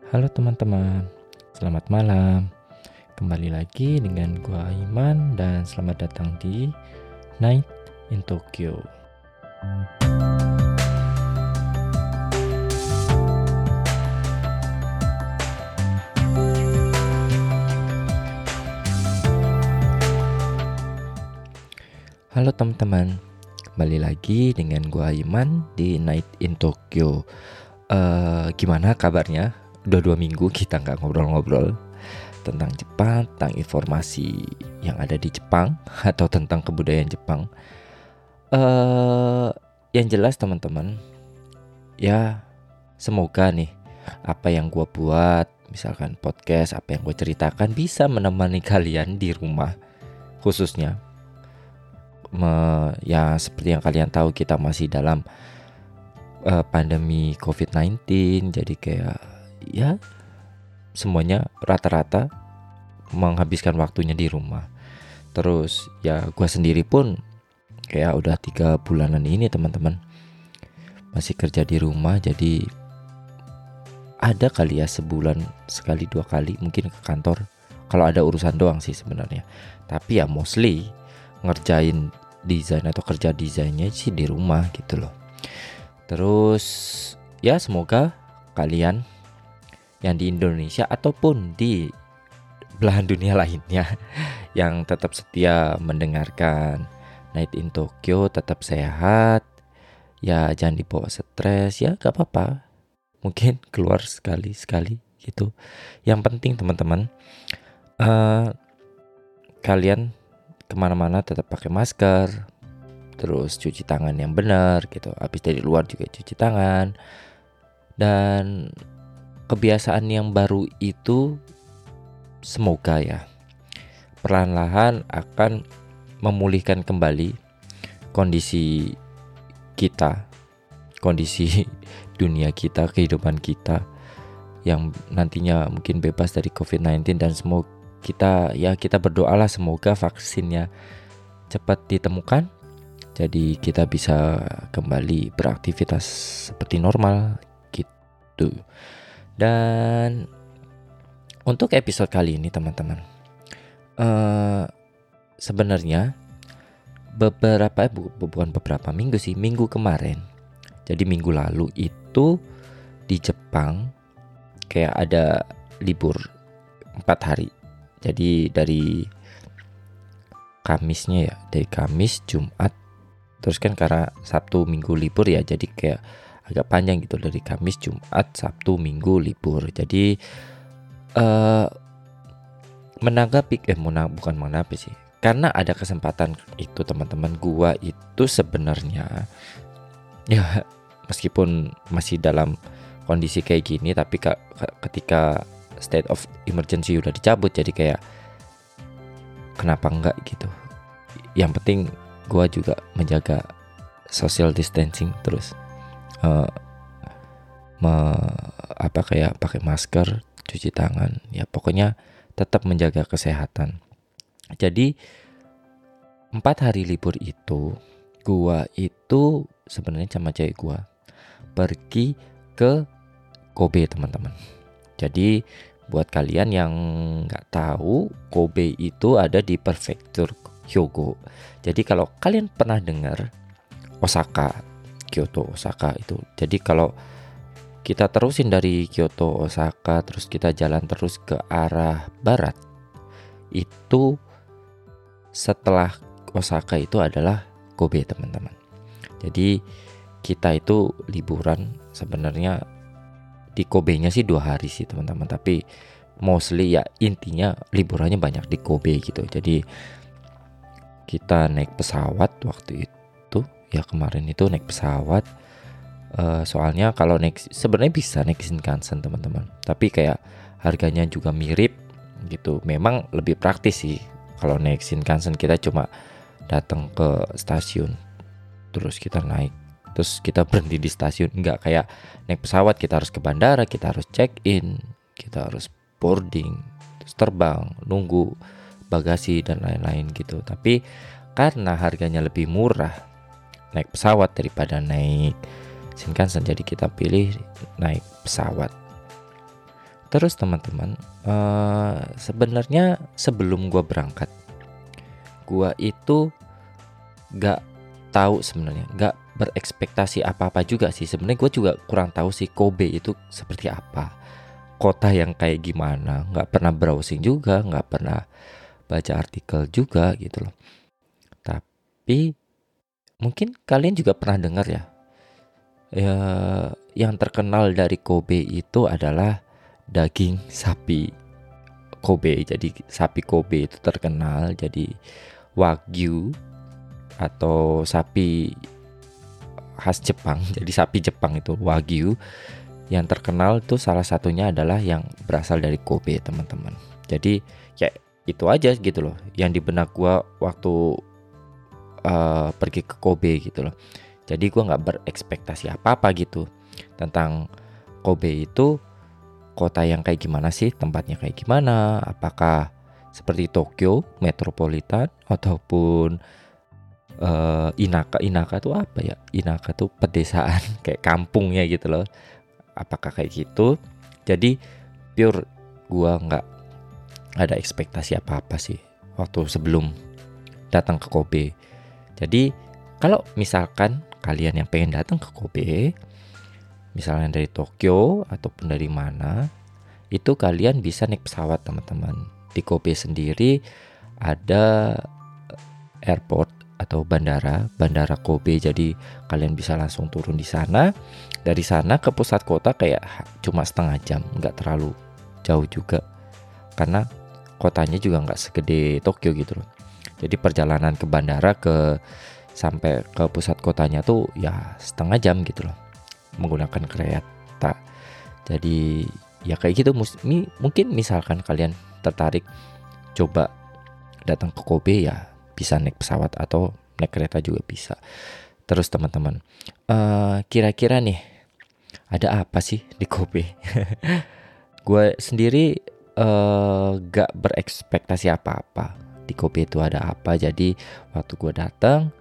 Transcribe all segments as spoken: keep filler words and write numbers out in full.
Halo teman-teman, selamat malam. Kembali lagi dengan gua Iman dan selamat datang di Night in Tokyo. Halo teman-teman, kembali lagi dengan gua Iman di Night in Tokyo. Uh, gimana kabarnya? Udah dua minggu kita nggak ngobrol-ngobrol tentang Jepang, tentang informasi yang ada di Jepang atau tentang kebudayaan Jepang. Uh, yang jelas teman-teman, ya semoga nih apa yang gue buat, misalkan podcast, apa yang gue ceritakan bisa menemani kalian di rumah, khususnya me, ya seperti yang kalian tahu kita masih dalam uh, pandemi covid sembilan belas, jadi kayak ya semuanya rata-rata menghabiskan waktunya di rumah. Terus ya gue sendiri pun kayak udah tiga bulanan ini teman-teman masih kerja di rumah, jadi ada kali ya sebulan sekali dua kali mungkin ke kantor kalau ada urusan doang sih sebenarnya. Tapi ya mostly ngerjain desain atau kerja desainnya sih di rumah gitu loh. Terus ya semoga kalian yang di Indonesia ataupun di belahan dunia lainnya yang tetap setia mendengarkan Night in Tokyo tetap sehat. Ya jangan dibawa stres, ya gak apa-apa, mungkin keluar sekali-sekali gitu. Yang penting teman-teman, uh, kalian kemana-mana tetap pakai masker, terus cuci tangan yang benar gitu. Habis dari luar juga cuci tangan. Dan kebiasaan yang baru itu semoga ya perlahan-lahan akan memulihkan kembali kondisi kita, kondisi dunia kita, kehidupan kita yang nantinya mungkin bebas dari covid sembilan belas. Dan semoga kita ya kita berdoalah semoga vaksinnya cepat ditemukan, jadi kita bisa kembali beraktivitas seperti normal gitu. Dan untuk episode kali ini teman-teman, uh, sebenarnya beberapa eh, bu, bukan beberapa minggu sih, minggu kemarin, jadi minggu lalu itu di Jepang kayak ada libur empat hari. Jadi dari Kamisnya ya, dari Kamis, Jumat, terus kan karena Sabtu Minggu libur ya, jadi kayak agak panjang gitu, dari Kamis, Jumat, Sabtu, Minggu libur. Jadi uh, menanggapi eh menang, bukan menanggapi sih, karena ada kesempatan itu teman-teman, gua itu sebenarnya ya meskipun masih dalam kondisi kayak gini, tapi ka- ketika state of emergency udah dicabut, jadi kayak kenapa enggak gitu. Yang penting gua juga menjaga social distancing terus. Uh, me, apa kayak pakai masker, cuci tangan, ya pokoknya tetap menjaga kesehatan. Jadi empat hari libur itu gua itu sebenarnya sama cewek gua pergi ke Kobe teman-teman. Jadi buat kalian yang nggak tahu, Kobe itu ada di prefektur Hyogo. Jadi kalau kalian pernah dengar Osaka, Kyoto, Osaka itu. Jadi kalau kita terusin dari Kyoto, Osaka, terus kita jalan terus ke arah barat, itu setelah Osaka itu adalah Kobe teman-teman. Jadi kita itu liburan sebenarnya di Kobe-nya sih dua hari sih teman-teman, tapi mostly ya intinya liburannya banyak di Kobe gitu. Jadi kita naik pesawat waktu itu, ya kemarin itu naik pesawat. Uh, soalnya kalau naik sebenarnya bisa naik Shinkansen teman-teman, tapi kayak harganya juga mirip gitu. Memang lebih praktis sih kalau naik Shinkansen, kita cuma datang ke stasiun terus kita naik, terus kita berhenti di stasiun. Enggak kayak naik pesawat, kita harus ke bandara, kita harus check in, kita harus boarding, terus terbang, nunggu bagasi dan lain-lain gitu. Tapi karena harganya lebih murah naik pesawat daripada naik Shinkansen, jadi kita pilih naik pesawat. Terus teman-teman, uh, sebenarnya sebelum gue berangkat, gue itu gak tahu sebenarnya, gak berekspektasi apa-apa juga sih. Sebenarnya gue juga kurang tahu sih Kobe itu seperti apa, kota yang kayak gimana. Gak pernah browsing juga, gak pernah baca artikel juga gitu loh. Tapi mungkin kalian juga pernah dengar ya, ya yang terkenal dari Kobe itu adalah daging sapi Kobe. Jadi sapi Kobe itu terkenal jadi Wagyu atau sapi khas Jepang. Jadi sapi Jepang itu Wagyu. Yang terkenal tuh salah satunya adalah yang berasal dari Kobe, teman-teman. Jadi ya itu aja gitu loh yang di benak gua waktu uh, pergi ke Kobe gitu loh. Jadi gua nggak berekspektasi apa-apa gitu tentang Kobe itu. Kota yang kayak gimana sih, tempatnya kayak gimana, apakah seperti Tokyo metropolitan ataupun uh, Inaka. Inaka tuh apa ya? Inaka tuh pedesaan kayak kampungnya gitu loh. Apakah kayak gitu? Jadi pure gua nggak ada ekspektasi apa-apa sih waktu sebelum datang ke Kobe. Jadi kalau misalkan kalian yang pengen datang ke Kobe, misalnya dari Tokyo ataupun dari mana, itu kalian bisa naik pesawat, teman-teman. Di Kobe sendiri ada airport atau bandara, bandara Kobe. Jadi kalian bisa langsung turun di sana. Dari sana ke pusat kota kayak cuma setengah jam, nggak terlalu jauh juga. Karena kotanya juga nggak segede Tokyo gitu loh. Jadi perjalanan ke bandara ke sampai ke pusat kotanya tuh ya setengah jam gitu loh, menggunakan kereta. Jadi ya kayak gitu. Mungkin misalkan kalian tertarik coba datang ke Kobe, ya bisa naik pesawat atau naik kereta juga bisa. Terus teman-teman, uh, kira-kira nih ada apa sih di Kobe? Gue sendiri uh, gak berekspektasi apa-apa di Kobe itu ada apa. Jadi waktu gue datang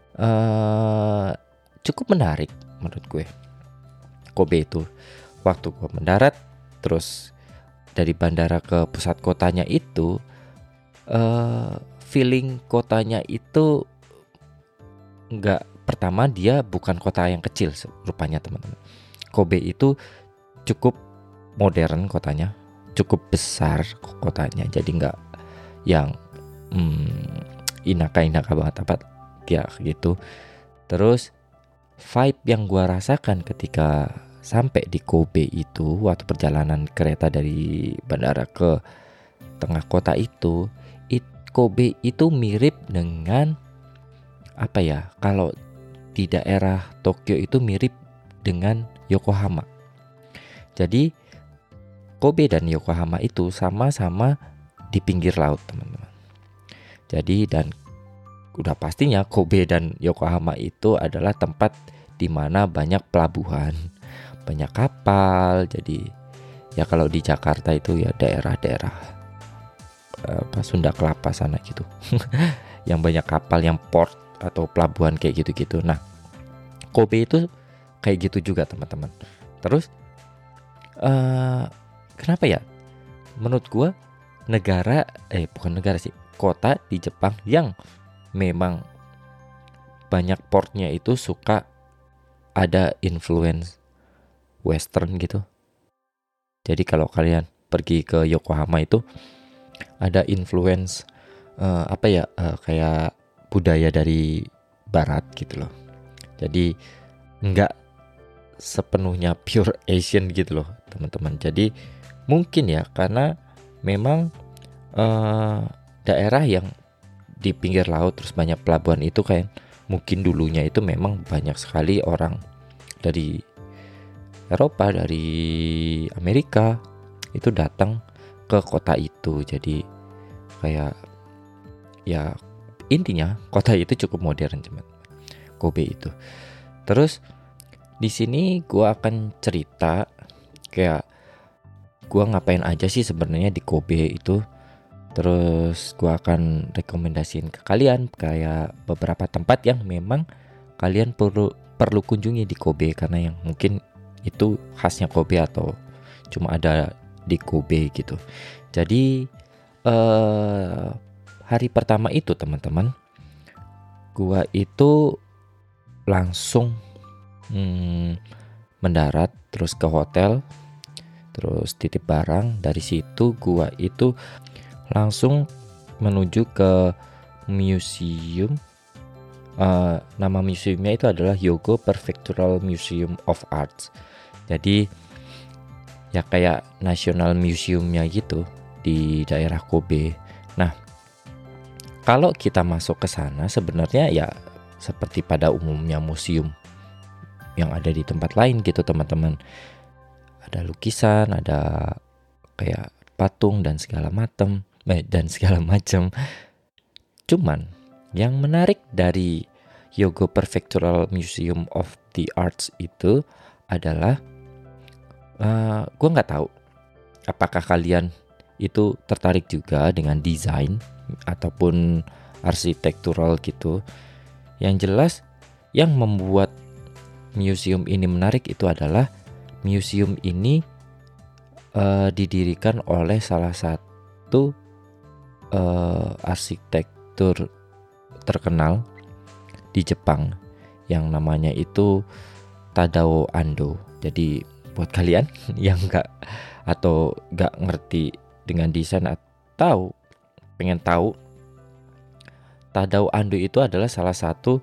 uh, cukup menarik menurut gue Kobe itu. Waktu gue mendarat, terus dari bandara ke pusat kotanya itu, uh, feeling kotanya itu nggak, pertama dia bukan kota yang kecil rupanya, teman-teman. Kobe itu cukup modern kotanya, cukup besar kotanya. Jadi nggak yang hmm, inaka-inaka banget apa ya gitu. Terus vibe yang gue rasakan ketika sampai di Kobe itu, waktu perjalanan kereta dari bandara ke tengah kota itu, it, Kobe itu mirip dengan apa ya? Kalau di daerah Tokyo itu mirip dengan Yokohama. Jadi Kobe dan Yokohama itu sama-sama di pinggir laut, teman-teman. Jadi dan udah pastinya Kobe dan Yokohama itu adalah tempat di mana banyak pelabuhan, banyak kapal. Jadi ya kalau di Jakarta itu ya daerah-daerah apa Sunda Kelapa sana gitu. Yang banyak kapal, yang port atau pelabuhan kayak gitu-gitu. Nah, Kobe itu kayak gitu juga, teman-teman. Terus uh, kenapa ya? Menurut gua negara eh bukan negara sih, kota di Jepang yang memang banyak portnya itu suka ada influence Western gitu. Jadi kalau kalian pergi ke Yokohama itu ada influence uh, apa ya uh, kayak budaya dari Barat gitu loh. Jadi nggak sepenuhnya pure Asian gitu loh, teman-teman. Jadi mungkin ya karena memang uh, daerah yang di pinggir laut terus banyak pelabuhan itu kayak mungkin dulunya itu memang banyak sekali orang dari Eropa, dari Amerika itu datang ke kota itu. Jadi kayak ya intinya kota itu cukup modern, teman, Kobe itu. Terus di sini gue akan cerita kayak gue ngapain aja sih sebenarnya di Kobe itu. Terus gue akan rekomendasiin ke kalian kayak beberapa tempat yang memang kalian perlu perlu kunjungi di Kobe, karena yang mungkin itu khasnya Kobe atau cuma ada di Kobe gitu. Jadi eh, hari pertama itu teman-teman, gua itu langsung hmm, mendarat terus ke hotel, terus titip barang. Dari situ gua itu langsung menuju ke museum. Uh, nama museumnya itu adalah Hyogo Prefectural Museum of Arts. Jadi ya kayak National Museumnya gitu di daerah Kobe. Nah, kalau kita masuk ke sana sebenarnya ya seperti pada umumnya museum yang ada di tempat lain gitu teman-teman. Ada lukisan, ada kayak patung dan segala macam, eh, dan segala macam. Cuman yang menarik dari Hyogo Prefectural Museum of the Arts itu adalah uh, gue nggak tahu apakah kalian itu tertarik juga dengan desain ataupun arsitektural gitu. Yang jelas yang membuat museum ini menarik itu adalah museum ini uh, didirikan oleh salah satu uh, arsitektur terkenal di Jepang yang namanya itu Tadao Ando. Jadi buat kalian yang nggak atau nggak ngerti dengan desain atau pengen tahu, Tadao Ando itu adalah salah satu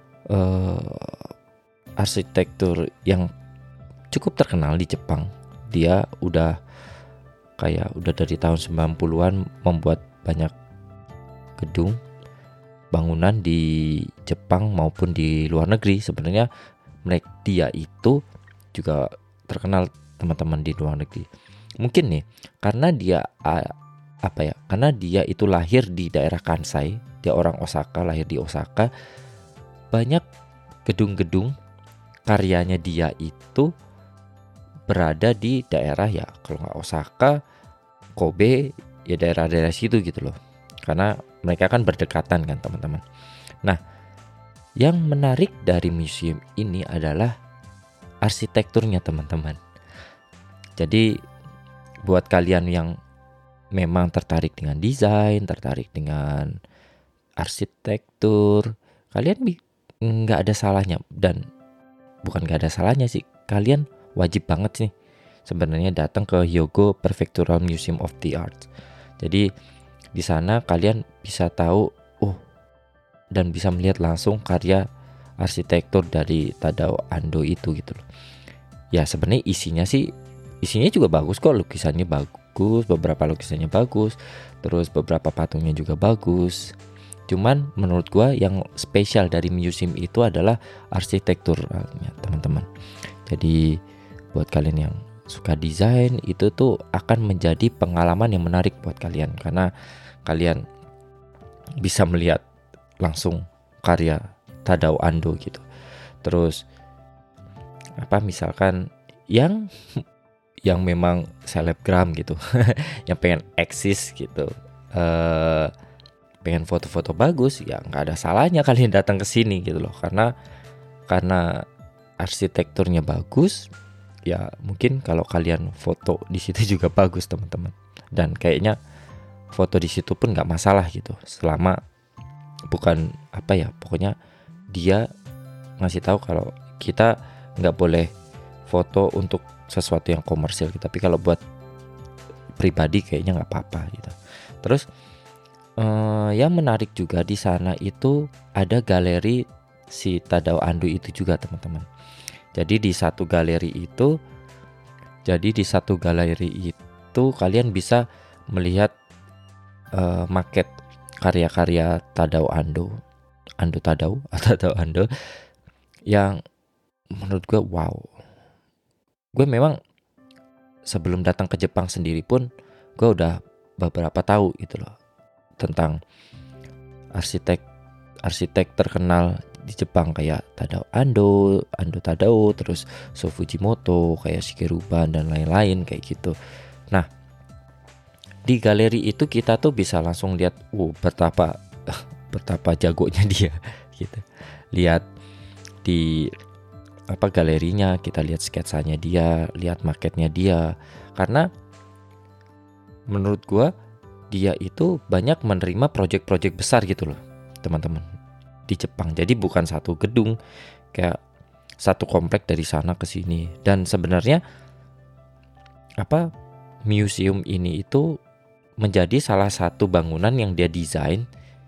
uh, arsitektur yang cukup terkenal di Jepang. Dia udah kayak udah dari tahun sembilan puluhan membuat banyak gedung bangunan di Jepang maupun di luar negeri. Sebenarnya mereka dia itu juga terkenal teman-teman di luar negeri. Mungkin nih karena dia apa ya? Karena dia itu lahir di daerah Kansai, dia orang Osaka, lahir di Osaka. Banyak gedung-gedung karyanya dia itu berada di daerah ya kalau nggak Osaka, Kobe, ya daerah-daerah situ gitu loh. Karena mereka kan berdekatan kan teman-teman. Nah, yang menarik dari museum ini adalah arsitekturnya teman-teman. Jadi buat kalian yang memang tertarik dengan desain, tertarik dengan arsitektur, kalian nggak ada salahnya, dan bukan nggak ada salahnya sih, kalian wajib banget sih sebenarnya datang ke Hyogo Prefectural Museum of the Arts. Jadi di sana kalian bisa tahu oh dan bisa melihat langsung karya arsitektur dari Tadao Ando itu gitu loh. Ya sebenarnya isinya sih isinya juga bagus kok, lukisannya bagus, beberapa lukisannya bagus, terus beberapa patungnya juga bagus. Cuman menurut gua yang spesial dari museum itu adalah arsitekturnya teman-teman. Jadi buat kalian yang suka desain itu tuh akan menjadi pengalaman yang menarik buat kalian karena kalian bisa melihat langsung karya Tadao Ando gitu. Terus apa misalkan yang yang memang selebgram gitu, yang pengen eksis gitu, uh, pengen foto-foto bagus, ya nggak ada salahnya kalian datang ke sini gitu loh, karena karena arsitekturnya bagus. Ya mungkin kalau kalian foto di situ juga bagus teman-teman, dan kayaknya foto di situ pun nggak masalah gitu, selama bukan apa ya, pokoknya dia ngasih tahu kalau kita nggak boleh foto untuk sesuatu yang komersil, tapi kalau buat pribadi kayaknya nggak apa-apa gitu. Terus eh, yang menarik juga di sana itu ada galeri si Tadao Ando itu juga teman-teman. Jadi di satu galeri itu, jadi di satu galeri itu kalian bisa melihat uh, maket karya-karya Tadao Ando, Ando Tadao atau Tadao Ando yang menurut gue wow. Gue memang sebelum datang ke Jepang sendiri pun gue udah beberapa tahu gitu loh tentang arsitek arsitek terkenal di Jepang kayak Tadao Ando, Ando Tadao, terus So Fujimoto, kayak Shigeru Ban dan lain-lain kayak gitu. Nah, di galeri itu kita tuh bisa langsung lihat, uh, betapa betapa jagonya dia gitu. Lihat di apa galerinya, kita lihat sketsanya dia, lihat maketnya dia. Karena menurut gua dia itu banyak menerima proyek-proyek besar gitu loh teman-teman di Jepang. Jadi bukan satu gedung, kayak satu komplek dari sana ke sini. Dan sebenarnya apa museum ini itu menjadi salah satu bangunan yang dia desain,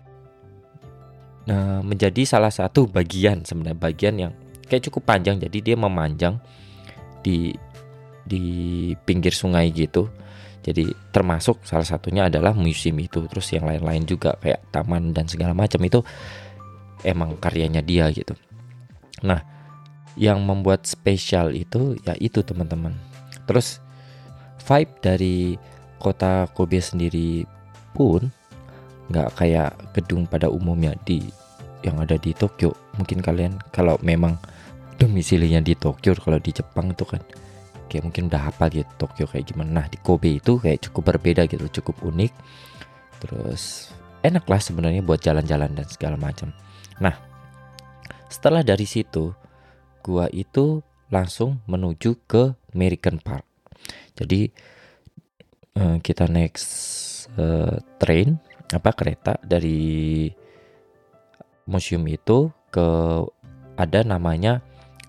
nah, menjadi salah satu bagian sebenarnya bagian yang kayak cukup panjang. Jadi dia memanjang di di pinggir sungai gitu. Jadi termasuk salah satunya adalah museum itu. Terus yang lain-lain juga kayak taman dan segala macam itu emang karyanya dia gitu. Nah, yang membuat spesial itu ya itu teman-teman. Terus vibe dari kota Kobe sendiri pun nggak kayak gedung pada umumnya di yang ada di Tokyo. Mungkin kalian kalau memang domisilinya di Tokyo, kalau di Jepang itu kan kayak mungkin udah hafal gitu Tokyo kayak gimana. Nah di Kobe itu kayak cukup berbeda gitu, cukup unik. Terus enak lah sebenarnya buat jalan-jalan dan segala macam. Nah setelah dari situ gua itu langsung menuju ke American Park. Jadi eh, kita next eh, train apa kereta dari museum itu ke ada namanya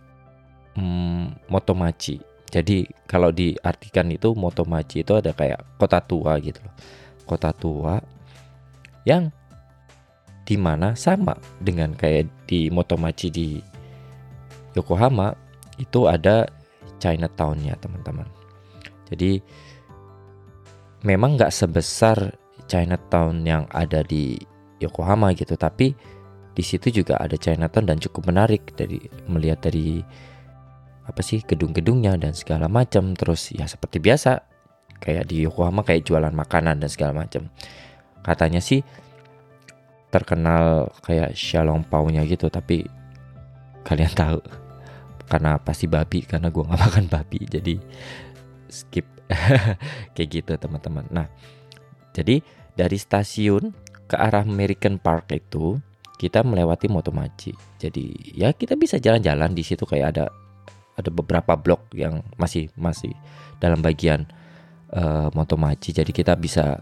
hmm, Motomachi. Jadi kalau diartikan itu Motomachi itu ada kayak kota tua gitu loh. Kota tua yang dimana sama dengan kayak di Motomachi di Yokohama itu ada Chinatown-nya teman-teman. Jadi memang nggak sebesar Chinatown yang ada di Yokohama gitu, tapi di situ juga ada Chinatown dan cukup menarik dari melihat dari apa sih gedung-gedungnya dan segala macam. Terus ya seperti biasa kayak di Yokohama kayak jualan makanan dan segala macam. Katanya sih terkenal kayak xiaolongbao-nya gitu, tapi kalian tahu karena pasti babi, karena gue nggak makan babi jadi skip. Kayak gitu teman-teman. Nah jadi dari stasiun ke arah American Park itu kita melewati Motomachi. Jadi ya kita bisa jalan-jalan di situ kayak ada ada beberapa blok yang masih masih dalam bagian uh, Motomachi. Jadi kita bisa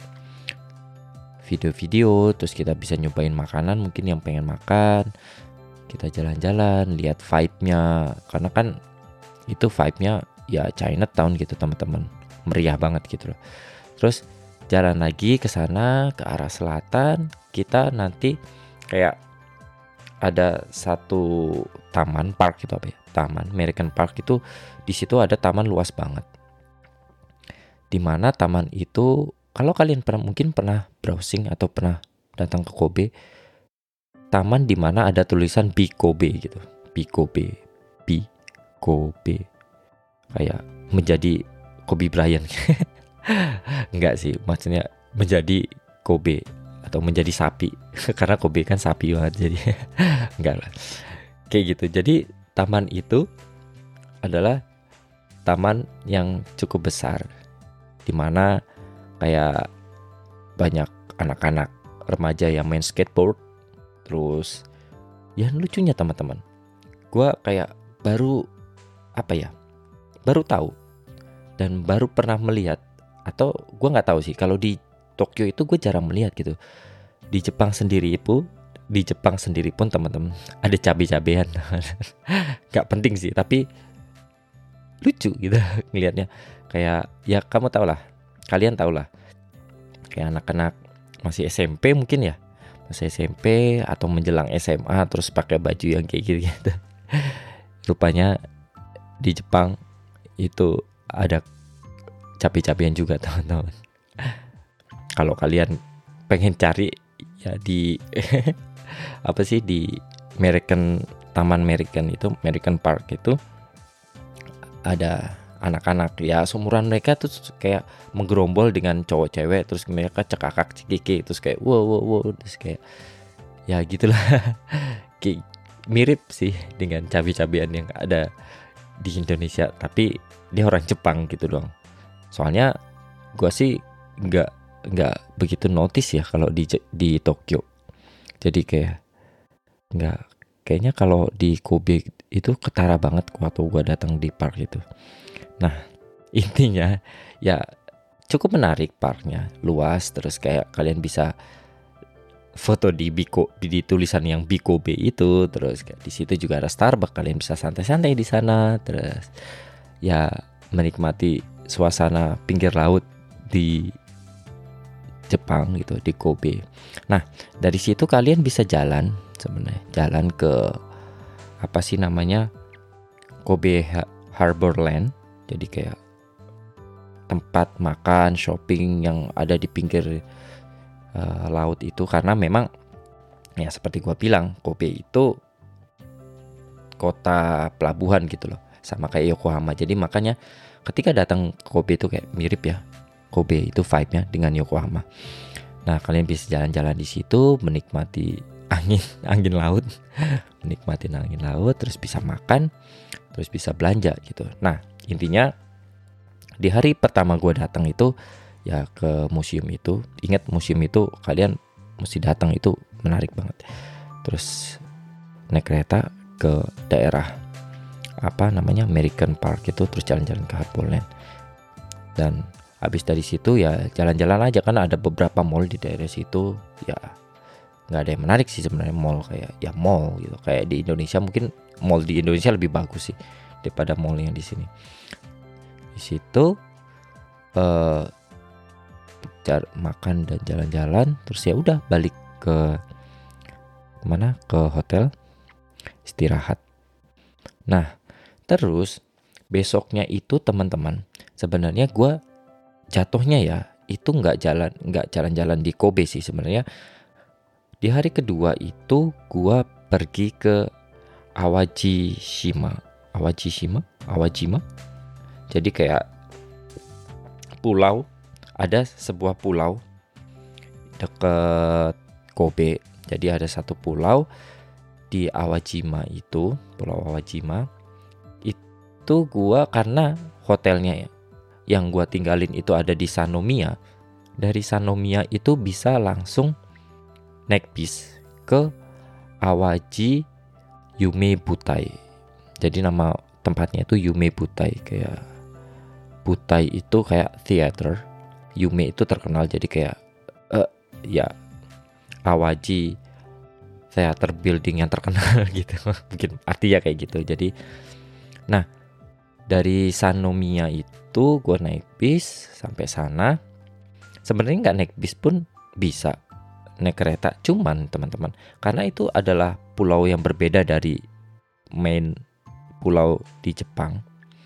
video-video, terus kita bisa nyobain makanan mungkin yang pengen makan. Kita jalan-jalan, lihat vibe-nya, karena kan itu vibe-nya ya Chinatown gitu teman-teman, meriah banget gitu loh. Terus jalan lagi ke sana ke arah selatan, kita nanti kayak ada satu taman park gitu apa ya? Taman American Park itu di situ ada taman luas banget. Dimana taman itu kalau kalian pernah mungkin pernah browsing atau pernah datang ke Kobe, taman di mana ada tulisan Be Kobe gitu. Be Kobe, Be Kobe. Kayak menjadi Kobe Bryant. Enggak sih, maksudnya menjadi Kobe atau menjadi sapi. Karena Kobe kan sapi banget jadi enggak lah. Kayak gitu. Jadi taman itu adalah taman yang cukup besar di mana kayak banyak anak-anak remaja yang main skateboard. Terus ya lucunya teman-teman, gue kayak baru apa ya baru tahu dan baru pernah melihat, atau gue nggak tahu sih kalau di Tokyo itu gue jarang melihat gitu. Di Jepang sendiri pun di Jepang sendiri pun teman-teman ada cabai-cabean. Nggak penting sih tapi lucu gitu ngelihatnya. Kayak ya kamu tau lah, kalian tau lah, kayak anak-anak masih S M P mungkin ya, masih S M P atau menjelang S M A terus pakai baju yang kayak gitu-gitu. Rupanya di Jepang itu ada cabai-cabean juga teman-teman. Kalau kalian pengen cari ya di apa sih di American Taman American itu American Park itu ada anak-anak ya seumuran mereka tuh kayak menggerombol dengan cowok cewek, terus mereka cekakak cikiki, terus kayak wow wow wow, terus kayak ya gitulah. Kayak mirip sih dengan cabai-cabean yang ada di Indonesia, tapi dia orang Jepang gitu doang. Soalnya gua sih nggak nggak begitu notice ya kalau di di Tokyo. Jadi kayak nggak, kayaknya kalau di Kobe itu ketara banget waktu gua datang di park itu. Nah intinya ya cukup menarik, parknya luas, terus kayak kalian bisa foto di Biko, di tulisan yang Biko B itu, terus kayak di situ juga ada Starbucks, kalian bisa santai-santai di sana, terus ya menikmati suasana pinggir laut di Jepang gitu, di Kobe. Nah, dari situ kalian bisa jalan sebenarnya, jalan ke apa sih namanya, Kobe Harborland. Jadi kayak tempat makan, shopping yang ada di pinggir uh, laut itu, karena memang ya seperti gua bilang, Kobe itu kota pelabuhan gitu loh, sama kayak Yokohama. Jadi makanya ketika datang ke Kobe itu kayak mirip ya, Kobe itu vibe-nya dengan Yokohama. Nah, kalian bisa jalan-jalan di situ, menikmati angin angin laut, menikmati angin laut, terus bisa makan, terus bisa belanja gitu. Nah, intinya di hari pertama gue datang itu ya ke museum itu. Ingat, museum itu kalian mesti datang, itu menarik banget. Terus naik kereta ke daerah apa namanya, American Park itu, terus jalan-jalan ke Harborland. Dan habis dari situ ya jalan-jalan aja, kan ada beberapa mall di daerah situ. Ya nggak ada yang menarik sih sebenarnya, mall kayak ya mall gitu. Kayak di Indonesia, mungkin mall di Indonesia lebih bagus sih daripada mall yang di sini. Di situ uh, jar- makan dan jalan-jalan, terus ya udah balik ke mana, ke hotel, istirahat. Nah, terus besoknya itu teman-teman, sebenarnya gue jatuhnya ya itu nggak jalan nggak jalan-jalan di Kobe sih sebenarnya. Di hari kedua itu gue pergi ke Awajishima, Awajishima, Awajima. Jadi kayak pulau, ada sebuah pulau dekat Kobe. Jadi ada satu pulau di Awajima itu, Pulau Awajima. Itu gua karena hotelnya ya, yang gua tinggalin itu ada di Sanomiya. Dari Sanomiya itu bisa langsung naik bis ke Awaji Yume Butai. Jadi nama tempatnya itu Yume Butai, kayak Butai itu kayak theater, Yume itu terkenal, jadi kayak uh, ya Awaji theater building yang terkenal gitu. Mungkin artinya kayak gitu. Jadi nah, dari Sanomiya itu gue naik bis sampai sana. Sebenarnya nggak naik bis pun bisa, naik kereta. Cuman teman-teman, karena itu adalah pulau yang berbeda dari main pulau di Jepang,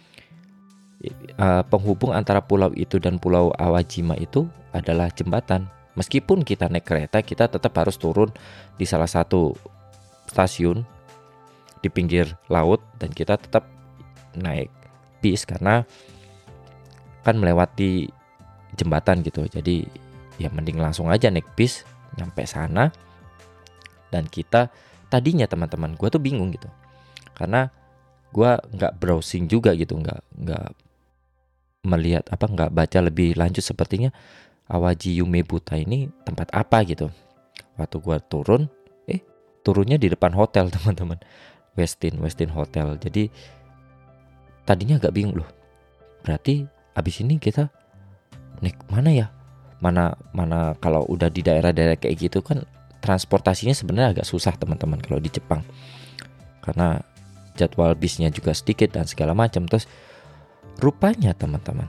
uh, penghubung antara pulau itu dan Pulau Awajima itu adalah jembatan. Meskipun kita naik kereta, kita tetap harus turun di salah satu stasiun di pinggir laut, dan kita tetap naik bis karena kan melewati jembatan gitu. Jadi ya mending langsung aja naik bis nyampe sana. Dan kita tadinya teman-teman, gue tuh bingung gitu, karena gue nggak browsing juga gitu, nggak nggak melihat apa nggak baca lebih lanjut sepertinya Awaji Yume Butai ini tempat apa gitu. Waktu gue turun, eh turunnya di depan hotel teman-teman, Westin Westin Hotel. Jadi tadinya agak bingung loh, berarti abis ini kita naik mana ya? Mana mana kalau udah di daerah-daerah kayak gitu kan transportasinya sebenarnya agak susah teman-teman kalau di Jepang, karena jadwal bisnya juga sedikit dan segala macam. Terus rupanya teman-teman,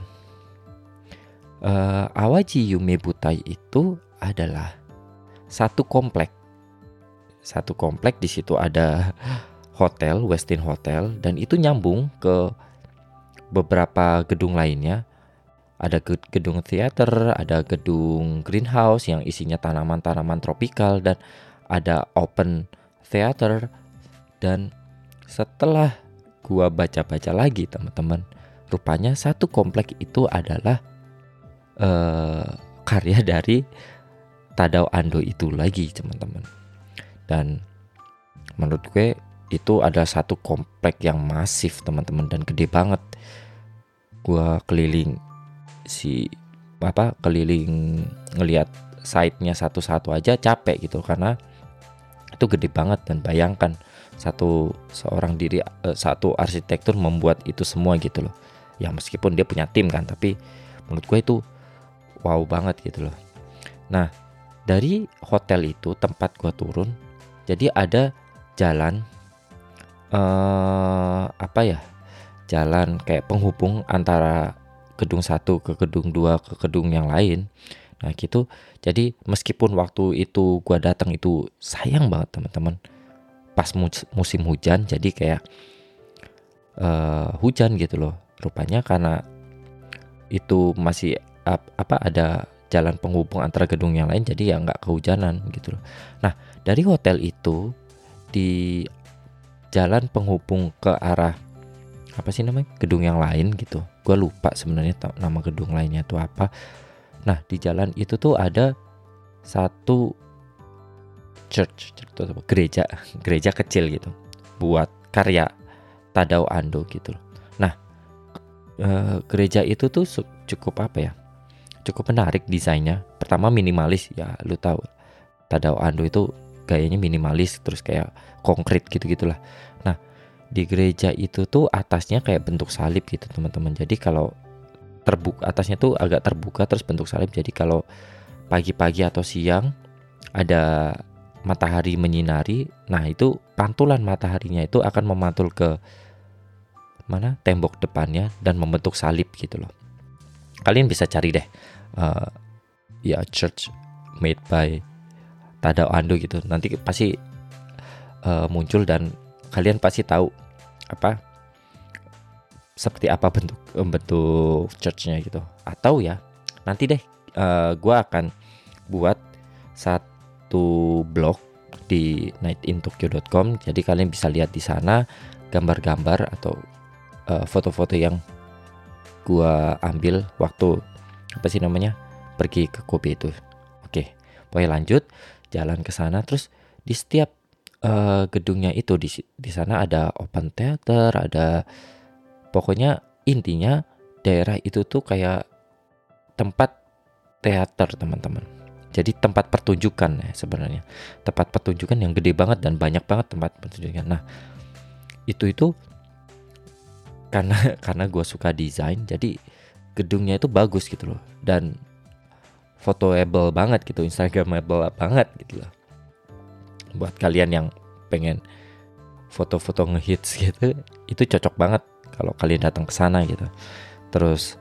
uh, Awaji Yume Butai itu adalah satu komplek, satu komplek. Di situ ada hotel, Westin Hotel, dan itu nyambung ke beberapa gedung lainnya. Ada gedung theater, ada gedung greenhouse yang isinya tanaman-tanaman tropikal, dan ada open theater. Dan setelah gua baca-baca lagi teman-teman, rupanya satu komplek itu adalah uh, karya dari Tadao Ando itu lagi teman-teman. Dan menurut gue itu ada satu komplek yang masif teman-teman, dan gede banget. Gua keliling si apa keliling ngelihat site-nya satu-satu aja capek gitu, karena itu gede banget. Dan bayangkan satu seorang diri uh, satu arsitektur membuat itu semua gitu loh. Ya meskipun dia punya tim kan, tapi menurut gue itu wow banget gitu loh. Nah, dari hotel itu tempat gua turun, jadi ada jalan eh apa ya? Jalan kayak penghubung antara gedung satu ke gedung dua ke gedung yang lain. Nah, gitu. Jadi meskipun waktu itu gua datang itu sayang banget teman-teman, pas mus- musim hujan, jadi kayak uh, hujan gitu loh. Rupanya karena itu masih ap- apa ada jalan penghubung antara gedung yang lain, jadi ya nggak kehujanan gitu loh. Nah, dari hotel itu di jalan penghubung ke arah apa sih namanya gedung yang lain gitu, gue lupa sebenarnya ta- nama gedung lainnya itu apa. Nah, di jalan itu tuh ada satu church, church atau apa, gereja gereja kecil gitu buat karya Tadao Ando gitu loh. Nah, eh, gereja itu tuh su- cukup apa ya, cukup menarik desainnya. Pertama minimalis, ya lu tahu Tadao Ando itu gayanya minimalis, terus kayak konkret gitu gitulah. Nah, di gereja itu tuh atasnya kayak bentuk salib gitu teman-teman. Jadi kalau terbuka, atasnya tuh agak terbuka terus bentuk salib. Jadi kalau pagi-pagi atau siang ada matahari menyinari, nah itu pantulan mataharinya itu akan memantul ke mana tembok depannya dan membentuk salib gitu loh. Kalian bisa cari deh, uh, ya church made by Tadao Ando gitu. Nanti pasti uh, muncul dan kalian pasti tahu apa seperti apa bentuk bentuk churchnya gitu. Atau ya nanti deh uh, gue akan buat satu blog di night in tokyo dot com, jadi kalian bisa lihat di sana gambar-gambar atau uh, foto-foto yang gue ambil waktu apa sih namanya pergi ke Kobe itu. Oke, pokoknya lanjut jalan ke sana, terus di setiap uh, gedungnya itu di di sana ada open theater, ada pokoknya intinya daerah itu tuh kayak tempat teater teman-teman. Jadi tempat pertunjukan ya sebenarnya. Tempat pertunjukan yang gede banget dan banyak banget tempat pertunjukan. Nah, itu itu karena karena gue suka desain, jadi gedungnya itu bagus gitu loh. Dan fotoable banget gitu, instagramable banget gitu loh. Buat kalian yang pengen foto-foto ngehits gitu, itu cocok banget kalau kalian datang ke sana gitu. Terus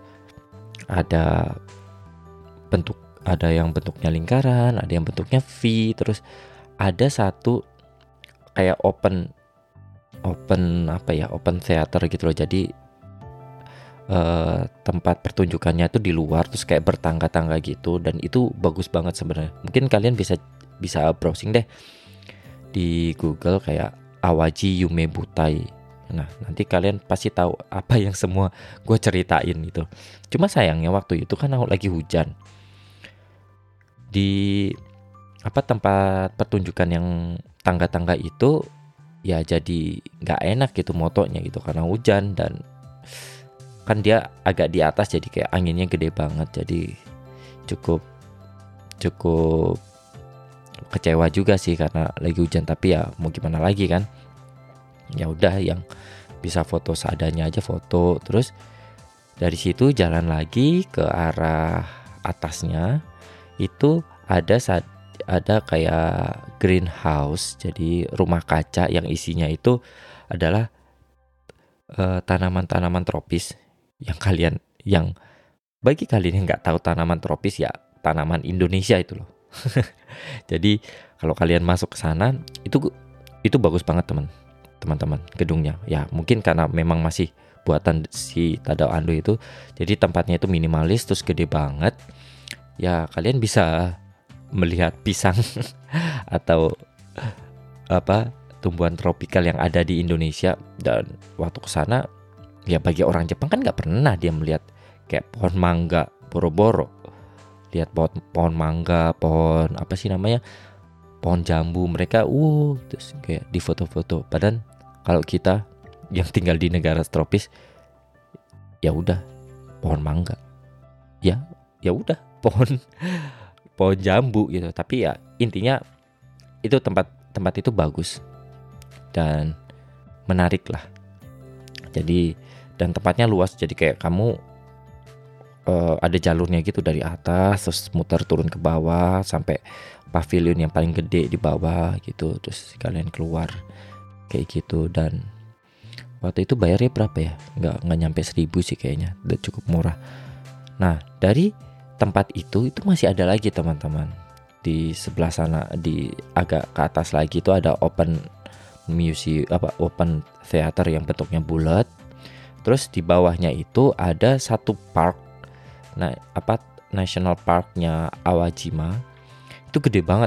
ada bentuk, ada yang bentuknya lingkaran, ada yang bentuknya V, terus ada satu kayak open open apa ya, open theater gitu loh. Jadi eh, tempat pertunjukannya tuh di luar, terus kayak bertangga-tangga gitu, dan itu bagus banget sebenarnya. Mungkin kalian bisa bisa browsing deh di Google kayak Awaji Yume Butai. Nah, nanti kalian pasti tahu apa yang semua gue ceritain itu. Cuma sayangnya waktu itu kan aku lagi hujan. Di apa tempat pertunjukan yang tangga-tangga itu ya jadi nggak enak gitu motonya gitu karena hujan, dan kan dia agak di atas jadi kayak anginnya gede banget, jadi cukup cukup kecewa juga sih karena lagi hujan. Tapi ya mau gimana lagi kan, ya udah yang bisa foto seadanya aja foto. Terus dari situ jalan lagi ke arah atasnya itu ada saat ada kayak greenhouse, jadi rumah kaca yang isinya itu adalah uh, tanaman-tanaman tropis yang kalian yang bagi kalian yang nggak tahu tanaman tropis, ya tanaman Indonesia itu loh. Jadi kalau kalian masuk ke sana itu itu bagus banget teman teman-teman gedungnya. Ya mungkin karena memang masih buatan si Tadao Ando itu, jadi tempatnya itu minimalis terus gede banget. Ya kalian bisa melihat pisang atau apa tumbuhan tropikal yang ada di Indonesia. Dan waktu ke sana ya bagi orang Jepang kan nggak pernah dia melihat kayak pohon mangga boro-boro, lihat pohon, pohon mangga, pohon apa sih namanya, pohon jambu, mereka uh terus kayak di foto-foto. Padahal kalau kita yang tinggal di negara tropis ya udah pohon mangga, ya ya udah pohon pohon jambu gitu. Tapi ya intinya itu tempat tempat itu bagus dan menarik lah. Jadi dan tempatnya luas, jadi kayak kamu uh, ada jalurnya gitu dari atas terus muter turun ke bawah sampai pavilion yang paling gede di bawah gitu, terus kalian keluar kayak gitu. Dan waktu itu bayarnya berapa ya, nggak nggak nyampe seribu sih kayaknya, udah cukup murah. Nah dari tempat itu itu masih ada lagi teman-teman, di sebelah sana di agak ke atas lagi itu ada open museum apa open theater yang bentuknya bulat. Terus di bawahnya itu ada satu park, nah apa national parknya Awajima, itu gede banget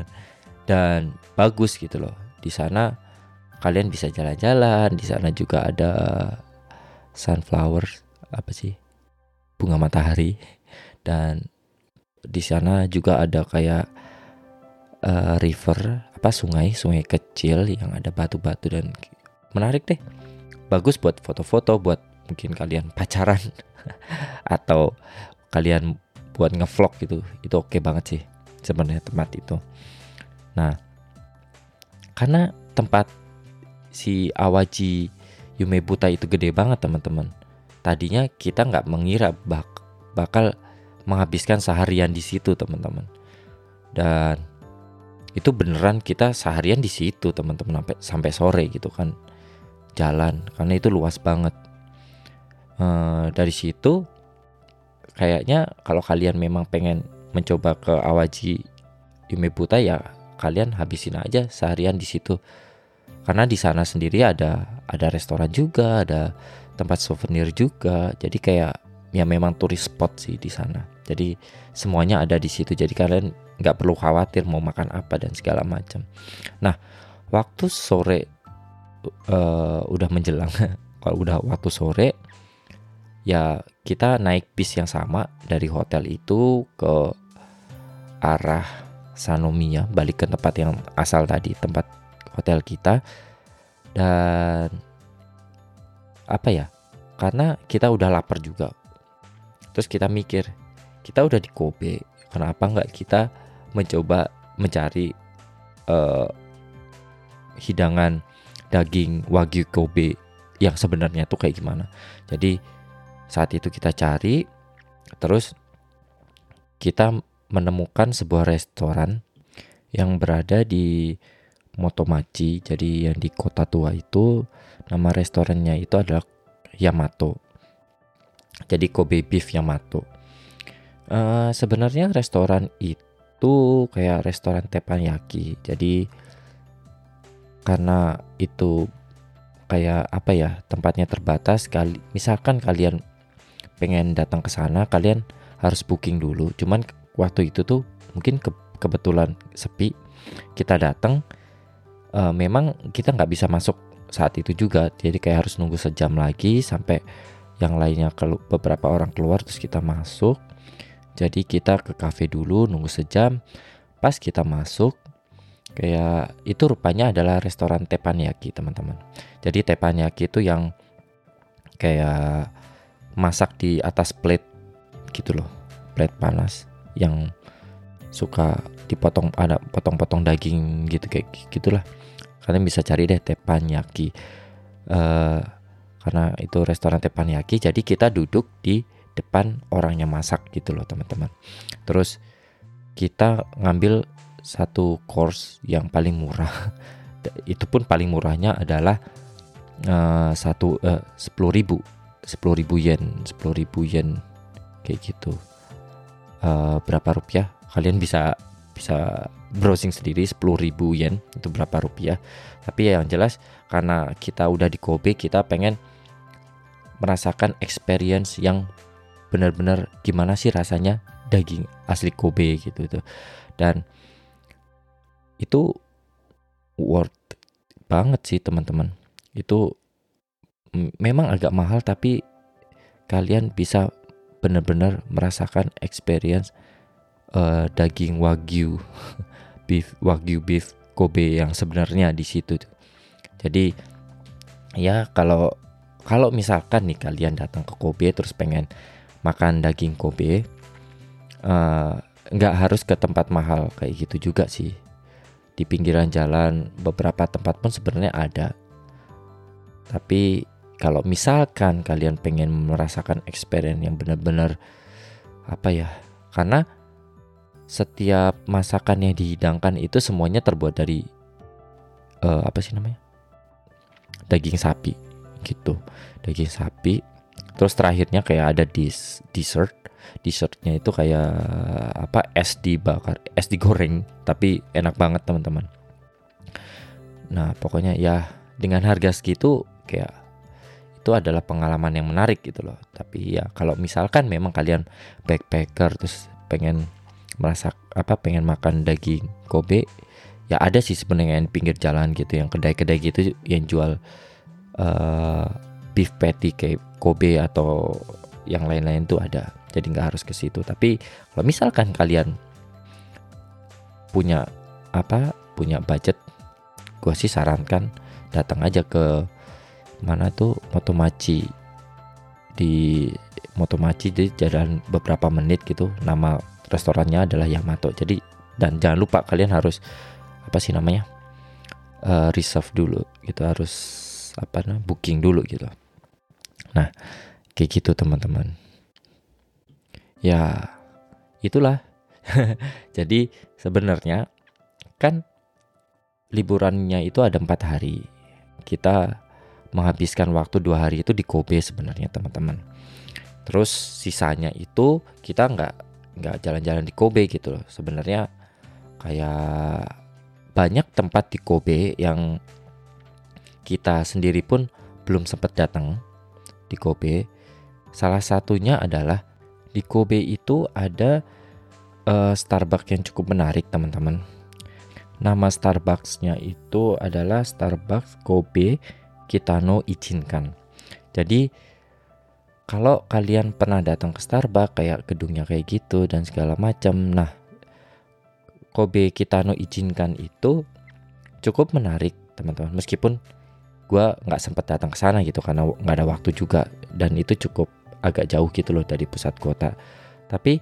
dan bagus gitu loh. Di sana kalian bisa jalan-jalan, di sana juga ada sunflower apa sih bunga matahari, dan di sana juga ada kayak uh, river apa sungai sungai kecil yang ada batu-batu dan menarik deh. Bagus buat foto-foto, buat mungkin kalian pacaran atau kalian buat ngevlog gitu. Itu oke banget sih sebenarnya tempat itu. Nah, karena tempat si Awaji Yumebuta itu gede banget teman-teman. Tadinya kita nggak mengira bak- bakal menghabiskan seharian di situ teman-teman. Dan itu beneran kita seharian di situ teman-teman sampai sampai sore gitu kan. Jalan karena itu luas banget. E, dari situ kayaknya kalau kalian memang pengen mencoba ke Awaji Yumebuta ya kalian habisin aja seharian di situ. Karena di sana sendiri ada ada restoran juga, ada tempat souvenir juga. Jadi kayak ya memang turis spot sih di sana. Jadi semuanya ada di situ. Jadi kalian nggak perlu khawatir mau makan apa dan segala macam. Nah, waktu sore uh, udah menjelang, kalau udah waktu sore ya kita naik bis yang sama dari hotel itu ke arah Sanomiya, balik ke tempat yang asal tadi, tempat hotel kita. Dan apa ya, karena kita udah lapar juga, terus kita mikir kita udah di Kobe, kenapa nggak kita mencoba mencari uh, hidangan daging Wagyu Kobe yang sebenarnya tuh kayak gimana. Jadi saat itu kita cari, terus kita menemukan sebuah restoran yang berada di Motomachi. Jadi yang di kota tua itu nama restorannya itu adalah Yamato. Jadi Kobe Beef Yamato. Uh, sebenarnya restoran itu kayak restoran teppanyaki. Jadi karena itu kayak apa ya, tempatnya terbatas kali. Misalkan kalian pengen datang ke sana, kalian harus booking dulu. Cuman waktu itu tuh mungkin ke, kebetulan sepi. Kita datang, uh, memang kita nggak bisa masuk saat itu juga. Jadi kayak harus nunggu sejam lagi sampai yang lainnya kelu- beberapa orang keluar terus kita masuk. Jadi kita ke cafe dulu nunggu sejam. Pas kita masuk, kayak itu rupanya adalah restoran teppanyaki teman-teman. Jadi teppanyaki itu yang kayak masak di atas plate gitu loh, plate panas yang suka dipotong, ada potong-potong daging gitu kayak gitulah. Kalian bisa cari deh teppanyaki. Uh, karena itu restoran teppanyaki, jadi kita duduk di depan orangnya masak gitu loh teman-teman. Terus kita ngambil satu course yang paling murah. Itu pun paling murahnya adalah uh, satu uh, sepuluh ribu sepuluh ribu yen, sepuluh ribu yen kayak gitu. Uh, berapa rupiah? Kalian bisa bisa browsing sendiri, sepuluh ribu yen itu berapa rupiah. Tapi yang jelas karena kita udah di Kobe, kita pengen merasakan experience yang benar-benar gimana sih rasanya daging asli Kobe gitu tuh. Dan itu worth banget sih teman-teman. Itu m- memang agak mahal tapi kalian bisa benar-benar merasakan experience uh, daging Wagyu beef Wagyu beef Kobe yang sebenarnya di situ tuh. Jadi ya kalau kalau misalkan nih kalian datang ke Kobe terus pengen makan daging Kobe, nggak uh, harus ke tempat mahal kayak gitu juga sih. Di pinggiran jalan beberapa tempat pun sebenarnya ada. Tapi kalau misalkan kalian pengen merasakan experience yang benar-benar apa ya, karena setiap masakan yang dihidangkan itu semuanya terbuat dari uh, apa sih namanya, daging sapi gitu, daging sapi. Terus terakhirnya kayak ada dis dessert, dessertnya itu kayak apa, es dibakar, es digoreng, tapi enak banget teman-teman. Nah pokoknya ya dengan harga segitu kayak itu adalah pengalaman yang menarik gitu loh. Tapi ya kalau misalkan memang kalian backpacker terus pengen merasa apa, pengen makan daging Kobe, ya ada sih sebenarnya di pinggir jalan gitu, yang kedai-kedai gitu yang jual uh, beef patty kayak Kobe atau yang lain-lain tuh ada. Jadi nggak harus ke situ. Tapi kalau misalkan kalian punya apa, punya budget, gue sih sarankan datang aja ke mana tuh, Motomachi. Di Motomachi di jalan beberapa menit gitu. Nama restorannya adalah Yamato. Jadi dan jangan lupa kalian harus apa sih namanya, uh, reserve dulu gitu, harus apa nah, booking dulu gitu. Nah kayak gitu teman-teman. Ya itulah. Jadi sebenarnya kan liburannya itu ada empat hari. Kita menghabiskan waktu dua hari itu di Kobe sebenarnya teman-teman. Terus sisanya itu kita nggak nggak jalan-jalan di Kobe gitu loh. Sebenarnya kayak banyak tempat di Kobe yang kita sendiri pun belum sempat datang di Kobe. Salah satunya adalah di Kobe itu ada uh, Starbucks yang cukup menarik teman-teman. Nama Starbucksnya itu adalah Starbucks Kobe Kitano Ichinkan. Jadi kalau kalian pernah datang ke Starbucks kayak gedungnya kayak gitu dan segala macam, nah Kobe Kitano Ichinkan itu cukup menarik teman-teman. Meskipun gue nggak sempat datang ke sana gitu karena nggak ada waktu juga, dan itu cukup agak jauh gitu loh dari pusat kota. Tapi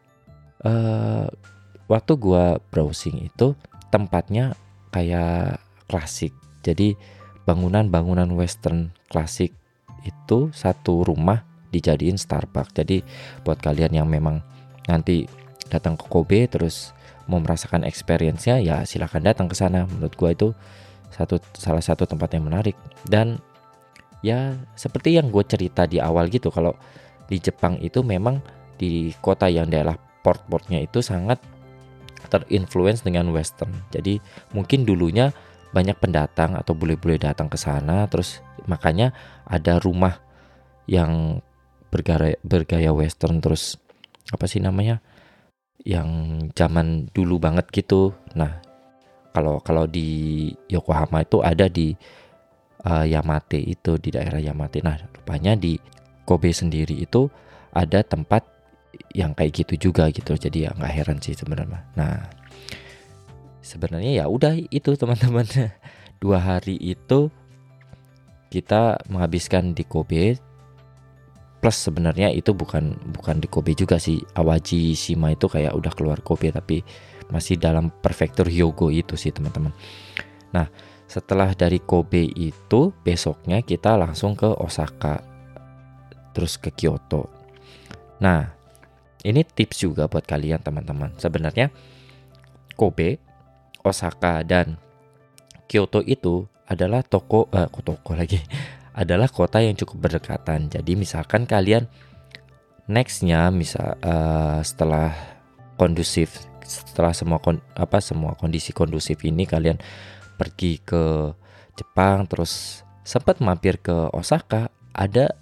uh, waktu gue browsing itu tempatnya kayak klasik. Jadi bangunan-bangunan western klasik itu satu rumah dijadiin Starbucks. Jadi buat kalian yang memang nanti datang ke Kobe terus mau merasakan experience-nya, ya silakan datang ke sana. Menurut gue itu satu salah satu tempat yang menarik. Dan ya seperti yang gue cerita di awal gitu, kalau di Jepang itu memang di kota yang daerah port-portnya itu sangat terinfluence dengan western. Jadi mungkin dulunya banyak pendatang atau bule-bule datang ke sana, terus makanya ada rumah yang bergaya, bergaya western, terus apa sih namanya, yang zaman dulu banget gitu. Nah kalau kalau di Yokohama itu ada di uh, Yamate, itu di daerah Yamate. Nah rupanya di Kobe sendiri itu ada tempat yang kayak gitu juga gitu. Jadi ya nggak heran sih sebenarnya. Nah sebenarnya ya udah itu teman-teman. Dua hari itu kita menghabiskan di Kobe. Plus sebenarnya itu bukan bukan di Kobe juga sih. Awaji Shima itu kayak udah keluar Kobe tapi masih dalam prefektur Hyogo itu sih teman-teman. Nah setelah dari Kobe itu besoknya kita langsung ke Osaka, terus ke Kyoto. Nah ini tips juga buat kalian teman-teman. Sebenarnya Kobe, Osaka, dan Kyoto itu adalah toko eh, toko lagi adalah kota yang cukup berdekatan. Jadi misalkan kalian nextnya misal uh, setelah kondusif, setelah semua kon, apa semua kondisi kondusif ini kalian pergi ke Jepang terus sempat mampir ke Osaka, ada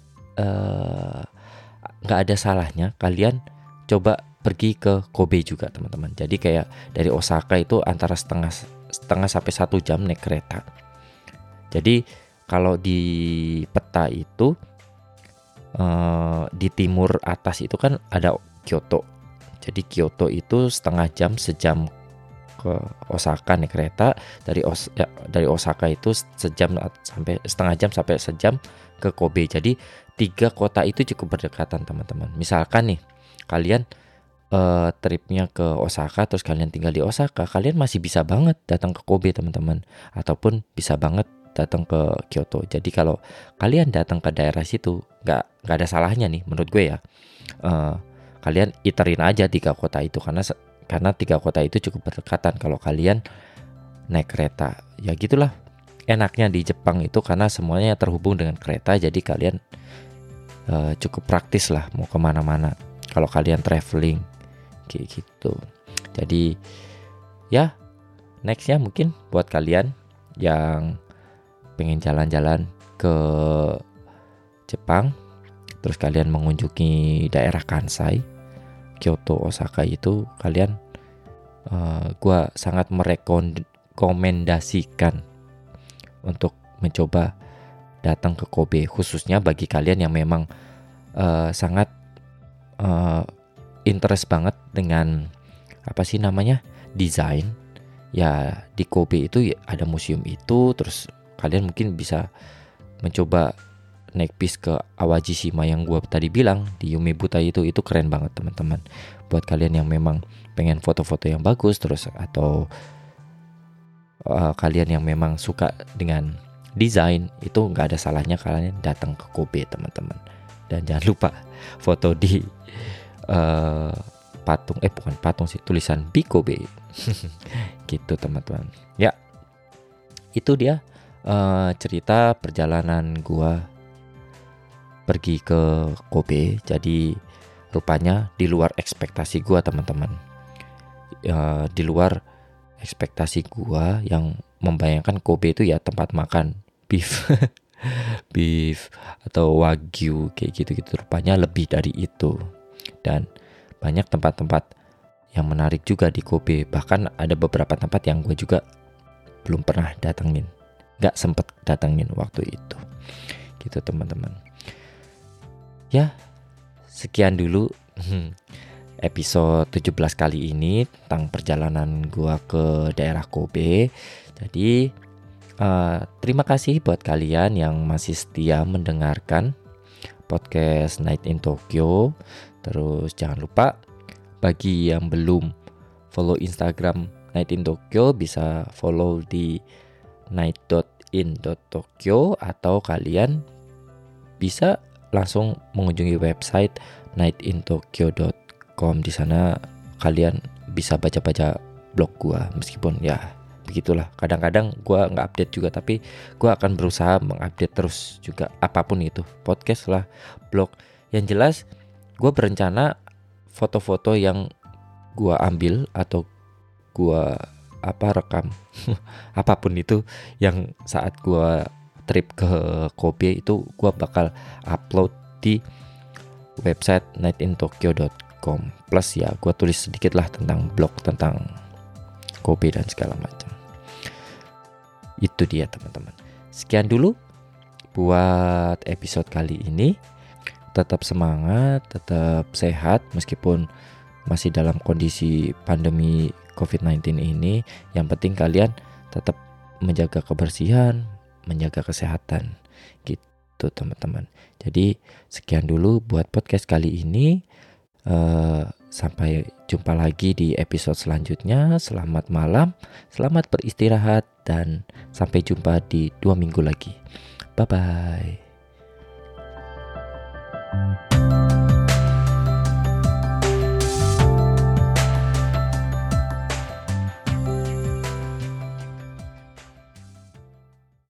nggak uh, ada salahnya kalian coba pergi ke Kobe juga teman-teman. Jadi kayak dari Osaka itu antara setengah setengah sampai satu jam naik kereta. Jadi kalau di peta itu uh, di timur atas itu kan ada Kyoto. Jadi Kyoto itu setengah jam, sejam ke Osaka naik kereta. Dari Os ya, dari Osaka itu sejam sampai setengah jam sampai sejam ke Kobe. Jadi tiga kota itu cukup berdekatan teman-teman. Misalkan nih kalian uh, tripnya ke Osaka terus kalian tinggal di Osaka, kalian masih bisa banget datang ke Kobe teman-teman, ataupun bisa banget datang ke Kyoto. Jadi kalau kalian datang ke daerah situ, nggak nggak ada salahnya nih menurut gue ya. Uh, kalian iterin aja tiga kota itu karena karena tiga kota itu cukup berdekatan kalau kalian naik kereta. Ya gitulah. Enaknya di Jepang itu karena semuanya terhubung dengan kereta, jadi kalian uh, cukup praktis lah mau kemana-mana kalau kalian traveling kayak gitu. Jadi ya nextnya mungkin buat kalian yang pengen jalan-jalan ke Jepang, terus kalian mengunjungi daerah Kansai, Kyoto, Osaka itu, kalian uh, gue sangat merekomendasikan untuk mencoba datang ke Kobe, khususnya bagi kalian yang memang uh, sangat uh, interest banget dengan apa sih namanya desain. Ya di Kobe itu ya ada museum itu, terus kalian mungkin bisa mencoba naik bis ke Awajishima yang gue tadi bilang di Yumebutai itu, itu keren banget teman-teman. Buat kalian yang memang pengen foto-foto yang bagus terus, atau uh, kalian yang memang suka dengan desain, itu nggak ada salahnya kalian datang ke Kobe teman-teman. Dan jangan lupa foto di uh, patung eh bukan patung sih, tulisan Big Kobe gitu teman-teman. Ya itu dia uh, cerita perjalanan gua pergi ke Kobe. Jadi rupanya di luar ekspektasi gua teman-teman, uh, di luar ekspektasi gua yang membayangkan Kobe itu ya tempat makan beef beef atau wagyu kayak gitu-gitu. Rupanya lebih dari itu, dan banyak tempat-tempat yang menarik juga di Kobe. Bahkan ada beberapa tempat yang gue juga belum pernah datengin, gak sempet datengin waktu itu gitu teman-teman. Ya sekian dulu episode tujuh belas kali ini tentang perjalanan gue ke daerah Kobe. Jadi uh, terima kasih buat kalian yang masih setia mendengarkan podcast Night in Tokyo. Terus jangan lupa bagi yang belum follow Instagram Night in Tokyo, bisa follow di night dot in dot tokyo, atau kalian bisa langsung mengunjungi website night in tokyo dot com. Di sana kalian bisa baca-baca blog gua, meskipun ya begitulah, kadang-kadang gua nggak update juga, tapi gua akan berusaha mengupdate terus juga, apapun itu, podcast lah, blog. Yang jelas gue berencana foto-foto yang gue ambil atau gue apa rekam apapun itu yang saat gue trip ke Kobe itu, gue bakal upload di website night in tokyo dot com. Plus ya gue tulis sedikit lah tentang blog tentang Kobe dan segala macam. Itu dia teman-teman. Sekian dulu buat episode kali ini. Tetap semangat, tetap sehat meskipun masih dalam kondisi pandemi covid sembilan belas ini. Yang penting kalian tetap menjaga kebersihan, menjaga kesehatan gitu teman-teman. Jadi sekian dulu buat podcast kali ini. uh, Sampai jumpa lagi di episode selanjutnya. Selamat malam, selamat beristirahat, dan sampai jumpa di dua minggu lagi. Bye bye.